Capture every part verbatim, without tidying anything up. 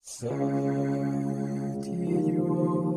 C'est idiot.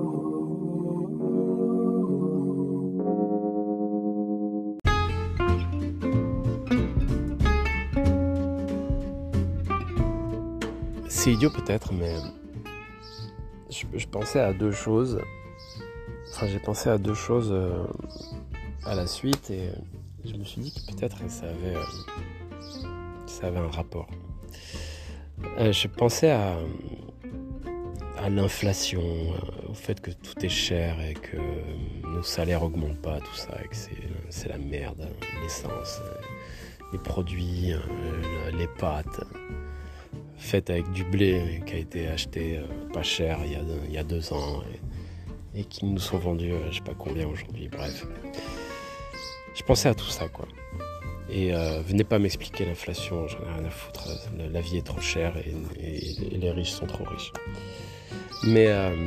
C'est idiot peut-être, mais je, je pensais à deux choses. Enfin, j'ai pensé à deux choses euh, à la suite et je me suis dit que peut-être ça avait, euh, ça avait un rapport. Euh, je pensais à, à l'inflation, euh, au fait que tout est cher et que nos salaires augmentent pas, tout ça, et que c'est, c'est la merde, l'essence, euh, les produits, euh, les pâtes, faites avec du blé qui a été acheté euh, pas cher il y a, il y a deux ans et, et qui nous sont vendus euh, je sais pas combien aujourd'hui, bref. Je pensais à tout ça, quoi. Et euh, venez pas m'expliquer l'inflation, j'en ai rien à foutre, la, la vie est trop chère et, et, et les riches sont trop riches. Mais euh,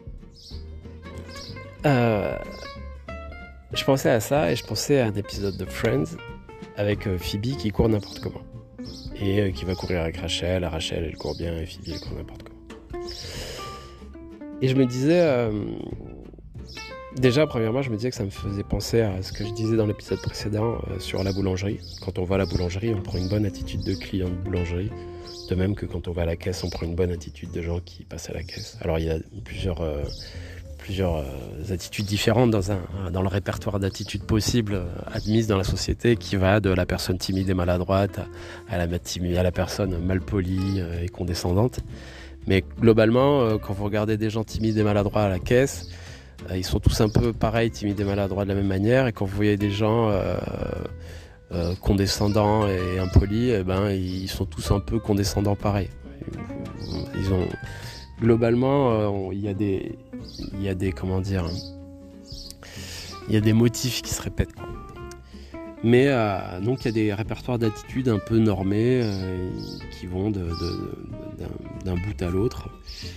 euh, je pensais à ça et je pensais à un épisode de Friends avec euh, Phoebe qui court n'importe comment. Et euh, qui va courir avec Rachel, Rachel elle court bien et Phoebe elle court n'importe comment. Et je me disais... Euh, Déjà, premièrement, je me disais que ça me faisait penser à ce que je disais dans l'épisode précédent euh, sur la boulangerie. Quand on va à la boulangerie, on prend une bonne attitude de client de boulangerie. De même que quand on va à la caisse, on prend une bonne attitude de gens qui passent à la caisse. Alors, il y a plusieurs, euh, plusieurs euh, attitudes différentes dans, un, dans le répertoire d'attitudes possibles euh, admises dans la société, qui va de la personne timide et maladroite à, à, la, timide, à la personne malpolie euh, et condescendante. Mais globalement, euh, quand vous regardez des gens timides et maladroits à la caisse, ils sont tous un peu pareils, timides et maladroits de la même manière. Et quand vous voyez des gens euh, euh, condescendants et impolis, eh ben, ils sont tous un peu condescendants pareil. Ils ont, globalement, euh, il y a des, il y a des, comment dire, il y a des motifs qui se répètent, quoi. Mais euh, donc il y a des répertoires d'attitudes un peu normés euh, qui vont de, de, de, d'un, d'un bout à l'autre.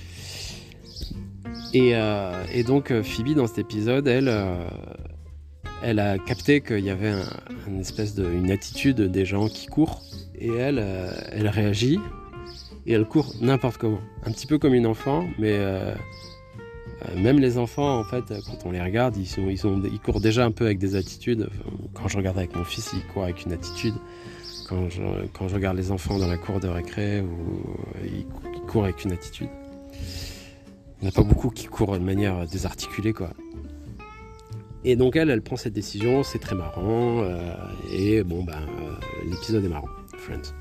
Et, euh, et donc Phoebe dans cet épisode, elle, euh, elle a capté qu'il y avait un, une espèce de, une attitude des gens qui courent, et elle, euh, elle réagit et elle court n'importe comment, un petit peu comme une enfant, mais euh, euh, même les enfants en fait, quand on les regarde, ils, sont, ils, sont, ils courent déjà un peu avec des attitudes. Quand je regarde avec mon fils, il court avec une attitude. Quand je, quand je regarde les enfants dans la cour de récré, ou, ils, ils courent avec une attitude. Il n'y en a pas beaucoup qui courent de manière désarticulée, quoi. Et donc elle, elle prend cette décision, c'est très marrant, euh, et bon, ben, euh, l'épisode est marrant, Friends.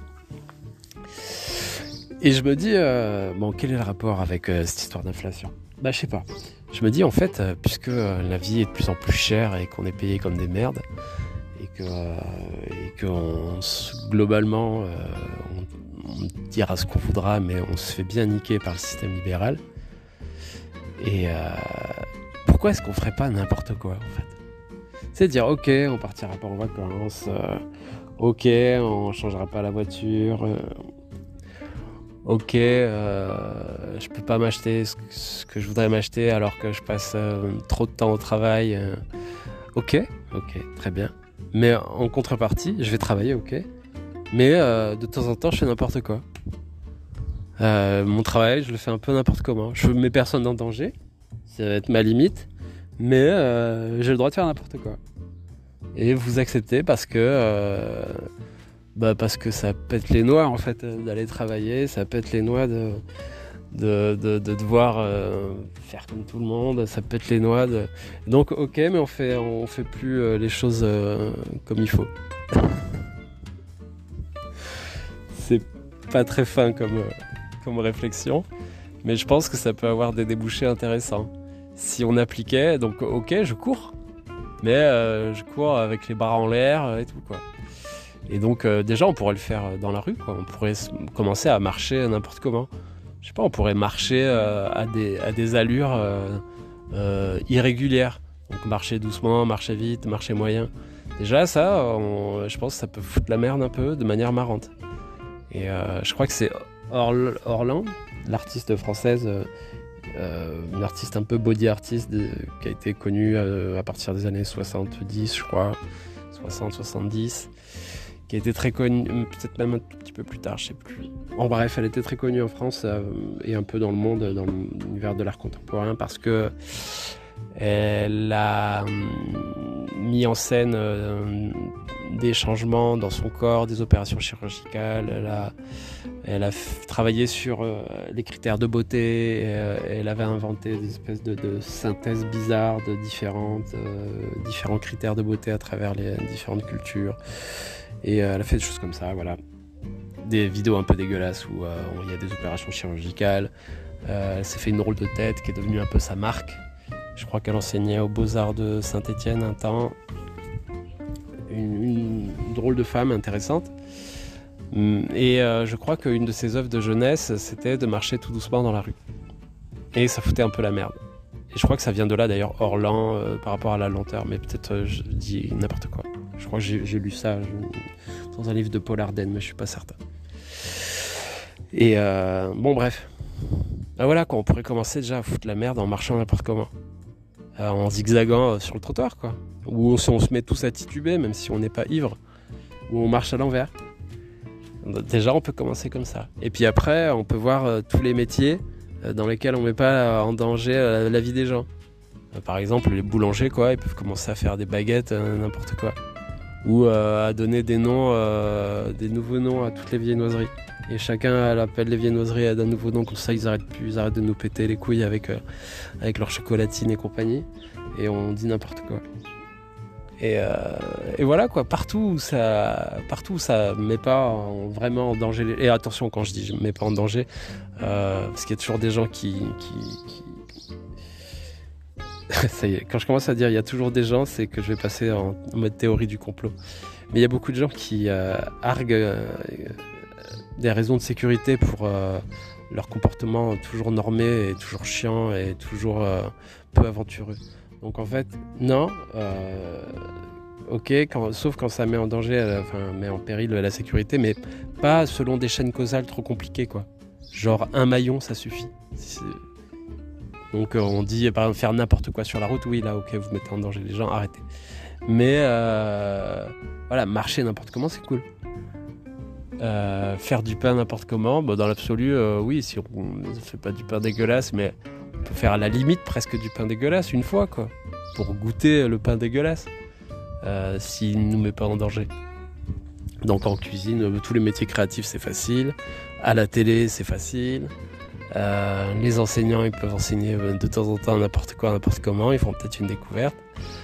Et je me dis, euh, bon, quel est le rapport avec euh, cette histoire d'inflation ? Bah, je sais pas. Je me dis, en fait, euh, puisque euh, la vie est de plus en plus chère et qu'on est payé comme des merdes, et que, euh, et que on, globalement, euh, on, on dira ce qu'on voudra, mais on se fait bien niquer par le système libéral. Et euh, pourquoi est-ce qu'on ferait pas n'importe quoi, en fait ? C'est dire, ok, on partira pas en vacances, euh, ok, on changera pas la voiture, euh, ok, euh, je peux pas m'acheter ce, ce que je voudrais m'acheter alors que je passe euh, trop de temps au travail, euh, ok, ok, très bien. Mais en contrepartie, je vais travailler, ok, mais euh, de temps en temps, je fais n'importe quoi. Euh, mon travail, je le fais un peu n'importe comment. Je mets personne en danger, ça va être ma limite, mais euh, j'ai le droit de faire n'importe quoi. Et vous acceptez parce que, euh, bah parce que ça pète les noix en fait d'aller travailler, ça pète les noix de, de, de, de devoir euh, faire comme tout le monde, ça pète les noix. De... Donc ok, mais on fait, on fait plus euh, les choses euh, comme il faut. C'est pas très fin comme... Euh, comme réflexion, mais je pense que ça peut avoir des débouchés intéressants. Si on appliquait, donc ok, je cours, mais euh, je cours avec les bras en l'air et tout, quoi. Et donc euh, déjà, on pourrait le faire dans la rue, quoi. On pourrait s- commencer à marcher n'importe comment. Je sais pas, on pourrait marcher euh, à, des, à des allures euh, euh, irrégulières. Donc marcher doucement, marcher vite, marcher moyen. Déjà, ça, on, je pense que ça peut foutre la merde un peu de manière marrante. Et euh, je crois que c'est Orl- Orlan, l'artiste française, euh, une artiste un peu body artist de, qui a été connue euh, à partir des années soixante-dix, je crois, soixante soixante-dix, qui a été très connue, peut-être même un tout petit peu plus tard, je sais plus. En bref, elle était très connue en France euh, et un peu dans le monde, dans l'univers de l'art contemporain, parce que elle a mis en scène euh, des changements dans son corps, des opérations chirurgicales. Elle a, elle a f- travaillé sur euh, les critères de beauté. Et, euh, elle avait inventé des espèces de, de synthèses bizarres de différentes, euh, différents critères de beauté à travers les différentes cultures. Et euh, elle a fait des choses comme ça, voilà. Des vidéos un peu dégueulasses où euh, il y a des opérations chirurgicales. Euh, elle s'est fait une drôle de tête qui est devenue un peu sa marque. Je crois qu'elle enseignait aux Beaux-Arts de Saint-Étienne un temps. Une, une drôle de femme intéressante. Et euh, je crois qu'une de ses œuvres de jeunesse, c'était de marcher tout doucement dans la rue. Et ça foutait un peu la merde. Et je crois que ça vient de là d'ailleurs, hors lent, euh, par rapport à la lenteur. Mais peut-être euh, je dis n'importe quoi. Je crois que j'ai, j'ai lu ça je, dans un livre de Paul Arden, mais je suis pas certain. Et euh, bon bref. Ben voilà quoi, on pourrait commencer déjà à foutre la merde en marchant n'importe comment. Euh, en zigzagant euh, sur le trottoir quoi. Ou on, on se met tous à tituber, même si on n'est pas ivre. Ou on marche à l'envers. Déjà, on peut commencer comme ça. Et puis après, on peut voir euh, tous les métiers euh, dans lesquels on ne met pas euh, en danger euh, la vie des gens. Euh, par exemple, les boulangers, quoi, ils peuvent commencer à faire des baguettes, euh, n'importe quoi. Ou euh, à donner des noms, euh, des nouveaux noms à toutes les viennoiseries. Et chacun appelle les viennoiseries d'un nouveau nom, comme ça ils arrêtent plus, ils arrêtent de nous péter les couilles avec, euh, avec leur chocolatine et compagnie. Et on dit n'importe quoi. Et, euh, et voilà quoi, partout où ça, partout où ça met pas en, vraiment en danger. Les... Et attention quand je dis je mets pas en danger, euh, parce qu'il y a toujours des gens qui, qui, qui... ça y est, quand je commence à dire il y a toujours des gens, c'est que je vais passer en mode théorie du complot. Mais il y a beaucoup de gens qui euh, arguent euh, des raisons de sécurité pour euh, leur comportement toujours normé et toujours chiant et toujours euh, peu aventureux. Donc en fait, non, euh, ok, quand, sauf quand ça met en danger, euh, enfin met en péril la sécurité, mais pas selon des chaînes causales trop compliquées, quoi. Genre un maillon, ça suffit. C'est... Donc euh, on dit, par exemple, faire n'importe quoi sur la route, oui, là, ok, vous mettez en danger les gens, arrêtez. Mais euh, voilà, marcher n'importe comment, c'est cool. Euh, faire du pain n'importe comment, bon, dans l'absolu, euh, oui, si on ne fait pas du pain dégueulasse, mais on peut faire à la limite presque du pain dégueulasse une fois, quoi, pour goûter le pain dégueulasse, euh, s'il ne nous met pas en danger. Donc en cuisine, tous les métiers créatifs, c'est facile. À la télé, c'est facile. Euh, les enseignants, ils peuvent enseigner de temps en temps n'importe quoi, n'importe comment. Ils font peut-être une découverte.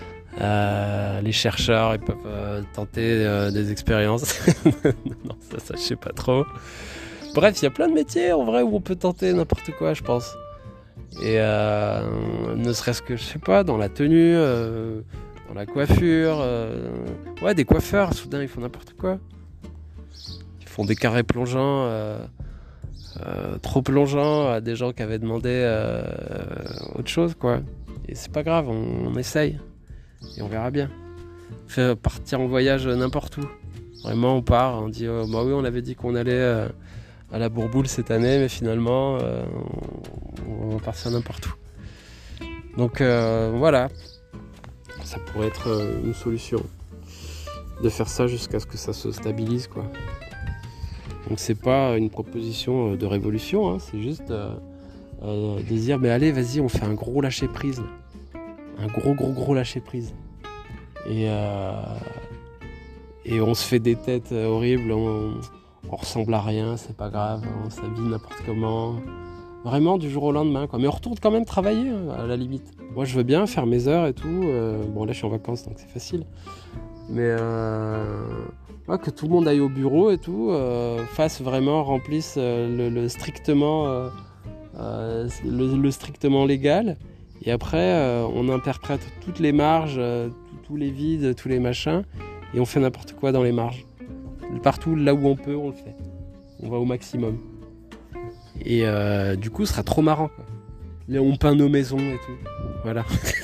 Euh, les chercheurs, ils peuvent euh, tenter euh, des expériences. Non, ça, ça, je sais pas trop. Bref, il y a plein de métiers en vrai où on peut tenter n'importe quoi, je pense. Et euh, ne serait-ce que, je sais pas, dans la tenue, euh, dans la coiffure. Euh, ouais, des coiffeurs, soudain, ils font n'importe quoi. Ils font des carrés plongeants, euh, euh, trop plongeants à des gens qui avaient demandé euh, autre chose, quoi. Et c'est pas grave, on, on essaye. Et on verra bien. Faire partir en voyage n'importe où. Vraiment, on part, on dit, oh, bah oui, on avait dit qu'on allait euh, à la Bourboule cette année, mais finalement, euh, on, on va partir n'importe où. Donc euh, voilà, ça pourrait être euh, une solution de faire ça jusqu'à ce que ça se stabilise, quoi. Donc c'est pas une proposition de révolution, hein, c'est juste euh, euh, de dire, mais allez, vas-y, on fait un gros lâcher prise. Un gros gros gros lâcher prise et euh, et on se fait des têtes horribles, on, on ressemble à rien, c'est pas grave, on s'habille n'importe comment, vraiment du jour au lendemain, quoi. Mais on retourne quand même travailler, hein, à la limite. Moi je veux bien faire mes heures et tout, euh, bon là je suis en vacances donc c'est facile, mais euh, ouais, que tout le monde aille au bureau et tout, euh, fasse vraiment, remplisse euh, le, le strictement euh, euh, le, le strictement légal. Et après, euh, on interprète toutes les marges, euh, tous les vides, tous les machins, et on fait n'importe quoi dans les marges. Partout, là où on peut, on le fait. On va au maximum. Et euh, du coup, ce sera trop marrant, quoi. Là, on peint nos maisons et tout. Voilà.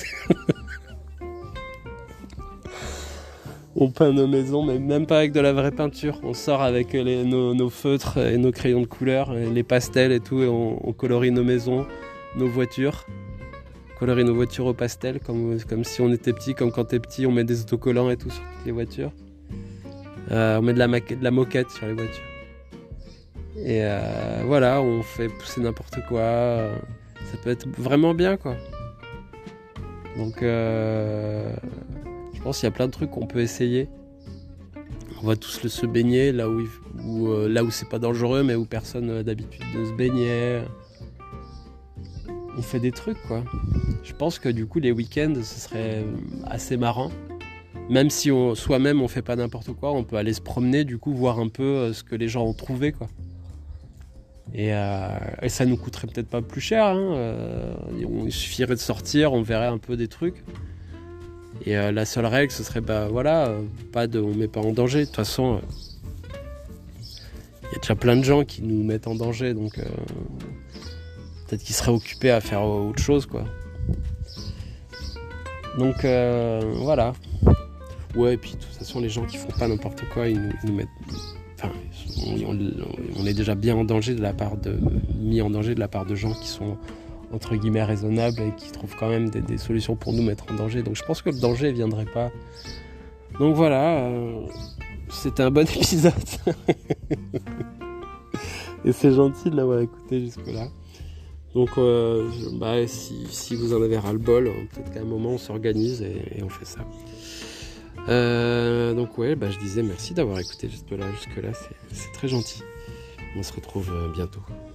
On peint nos maisons, mais même pas avec de la vraie peinture. On sort avec les, nos, nos feutres et nos crayons de couleur, et les pastels et tout, et on, on colorie nos maisons, nos voitures. Colorer nos voitures au pastel, comme, comme si on était petit, comme quand t'es petit, on met des autocollants et tout sur toutes les voitures. Euh, on met de la, maquette, de la moquette sur les voitures. Et euh, voilà, on fait pousser n'importe quoi. Ça peut être vraiment bien, quoi. Donc, euh, je pense qu'il y a plein de trucs qu'on peut essayer. On va tous le se baigner là où, il, où, euh, là où c'est pas dangereux, mais où personne n'a d'habitude de se baigner. On fait des trucs, quoi. Je pense que du coup, les week-ends, ce serait assez marrant. Même si on, soi-même on fait pas n'importe quoi, on peut aller se promener, du coup voir un peu ce que les gens ont trouvé, quoi. Et, euh, et ça nous coûterait peut-être pas plus cher, hein. Euh, il suffirait de sortir, on verrait un peu des trucs. Et euh, la seule règle, ce serait bah voilà, euh, pas de, on met pas en danger. De toute façon, il euh, y a déjà plein de gens qui nous mettent en danger, donc euh, peut-être qu'ils seraient occupés à faire autre chose, quoi. Donc euh, voilà. Ouais, et puis de toute façon, les gens qui font pas n'importe quoi, ils nous, ils nous mettent. Enfin, on, on, on est déjà bien en danger de la part de. mis en danger de la part de gens qui sont, entre guillemets, raisonnables et qui trouvent quand même des, des solutions pour nous mettre en danger. Donc je pense que le danger ne viendrait pas. Donc voilà, euh, c'était un bon épisode. Et c'est gentil de l'avoir écouté jusque-là. Donc euh, bah, si, si vous en avez ras-le-bol, peut-être qu'à un moment on s'organise et, et on fait ça. Euh, donc ouais, bah, je disais merci d'avoir écouté jusque là, jusque là, c'est, c'est très gentil. On se retrouve bientôt.